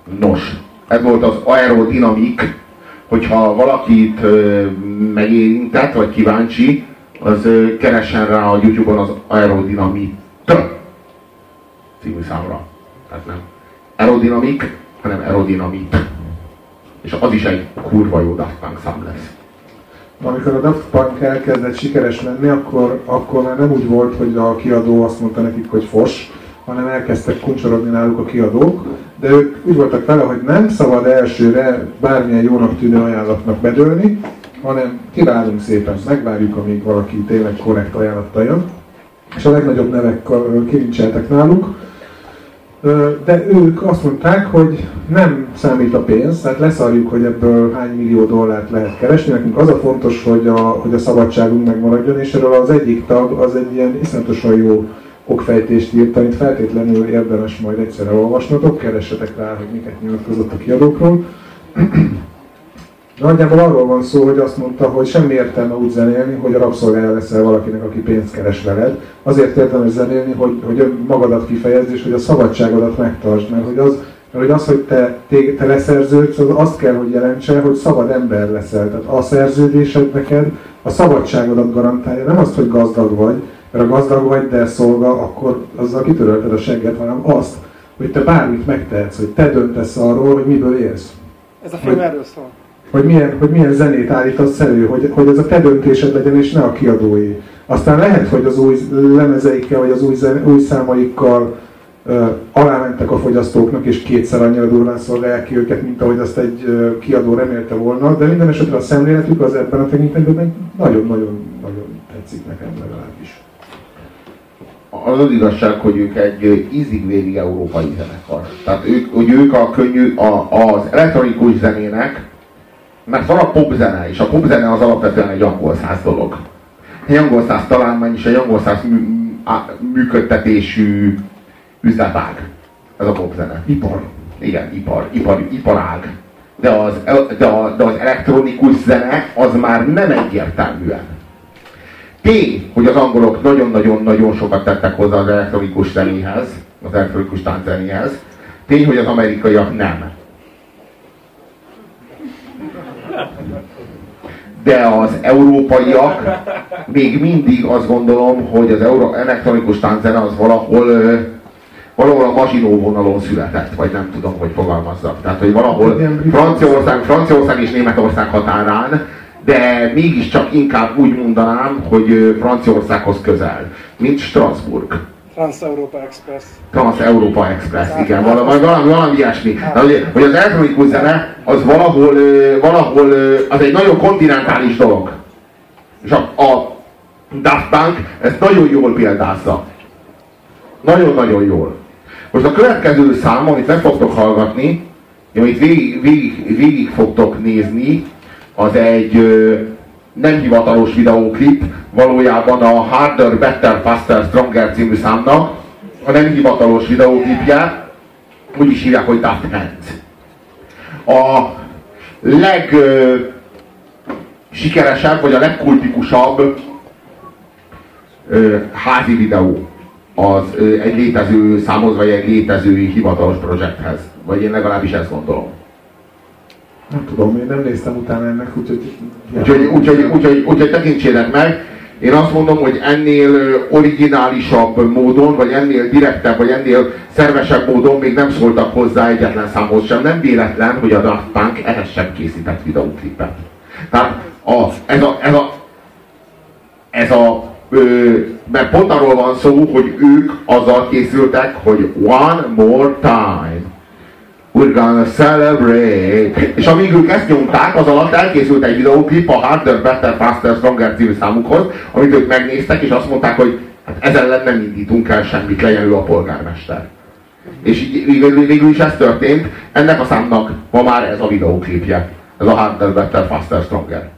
Nos, ez volt az aerodinamik, hogyha valakit megérintett, vagy kíváncsi, az keressen rá a YouTube-on az aerodinamit című számra. Tehát nem aerodinamik, hanem aerodinamit. És az is egy kurva jó Daft Punk szám lesz. Amikor a Daft Punk elkezdett sikeres lenni, akkor már nem úgy volt, hogy a kiadó azt mondta nekik, hogy fos, hanem elkezdtek kuncsorodni náluk a kiadók, de ők úgy voltak vele, hogy nem szabad elsőre bármilyen jónak tűnő ajánlatnak bedőlni, hanem kiválunk szépen, megvárjuk, amíg valaki tényleg korrekt ajánlattal jön. És a legnagyobb nevek kilincseltek náluk, de ők azt mondták, hogy nem számít a pénz, tehát leszarjuk, hogy ebből hány millió dollárt lehet keresni. Nekünk az a fontos, hogy a szabadságunk megmaradjon, és erről az egyik tag az egy ilyen iszonyatosan jó okfejtést írt, amit feltétlenül érdemes majd egyszer elolvasnotok, keressetek rá, hogy miket nyilatkozott a kiadókról. Nagyjából arról van szó, hogy azt mondta, hogy semmi értelme úgy zenélni, hogy a rabszolgája leszel valakinek, aki pénzt keres veled. Azért értelmes zenélni, hogy magadat kifejezd, és hogy a szabadságodat megtartsd, mert hogy te leszerződsz, az azt kell, hogy jelentse, hogy szabad ember leszel. Tehát a szerződésed neked a szabadságodat garantálja, nem azt, hogy gazdag vagy, mert ha gazdag vagy, de szolga, akkor azzal kitörölted a segget, hanem azt, hogy te bármit megtehetsz, hogy te döntesz arról, hogy miből élsz. Ez a film erről szól. Hogy milyen zenét állítasz elő, hogy ez a te döntésed legyen, és ne a kiadói. Aztán lehet, hogy az új lemezeikkel, vagy az új számaikkal alámentek a fogyasztóknak, és kétszer annyira durván szolgálják ki őket, mint ahogy azt egy kiadó remélte volna, de minden esetre a szemléletük az ebben a tekintetben nagyon-nagyon tetszik nekem legalábbis. Az igazság, hogy ők egy ízig-vérig európai zenekar. Tehát ők az elektronikus zenének, mert van a popzene, és a popzene az alapvetően egy angol száz dolog. Egy angol száz találmány és egy angol száz működtetésű üzletág. Ez a popzene. Ipar. Igen, iparág. De az elektronikus zene az már nem egyértelműen. Tény, hogy az angolok nagyon-nagyon sokat tettek hozzá az elektronikus zenéhez, az elektronikus tánczenéhez. Tény, hogy az amerikaiak nem. De az európaiak még mindig azt gondolom, hogy az elektronikus tánczene az valahol a Maginot vonalon született, vagy nem tudom, hogy fogalmazzak. Tehát, hogy valahol Franciaország és Németország határán, de mégiscsak inkább úgy mondanám, hogy Franciaországhoz közel, mint Strasbourg. Trans-Europa Express, igen, valami ilyesmi. Hogy az elektronikus zene az valahol az egy nagyon kontinentális dolog. És a Daft Punk ezt nagyon jól példázza. Nagyon-nagyon jól. Most a következő szám, amit meg fogtok hallgatni, amit végig fogtok nézni, az egy nem hivatalos videóklip, valójában a Harder, Better, Faster, Stronger című számnak a nem hivatalos videóklipje, úgy is hívják, hogy Daft Hands. A legsikeresebb, vagy a legkultikusabb házi videó az egy létező számhoz, vagy egy létező hivatalos projekthez. Vagy én legalábbis ezt gondolom. Nem tudom, én nem néztem utána ennek, úgyhogy tekintsétek meg. Én azt mondom, hogy ennél originálisabb módon, vagy ennél direktebb, vagy ennél szervesebb módon még nem szóltak hozzá egyetlen számhoz sem. Nem véletlen, hogy a Daft Punk ehhez sem készített videóklipet. Tehát mert pont arról van szó, hogy ők azzal készültek, hogy one more time. We're gonna celebrate. És amíg ők ezt nyomták, az alatt elkészült egy videóklip a Harder, Better, Faster, Stronger című számukhoz, amit ők megnéztek, és azt mondták, hogy hát ez ellen nem indítunk el semmit, legyen ő a polgármester. És így végül is ez történt, ennek a számnak ma már ez a videóklipje. Ez a Harder, Better, Faster, Stronger.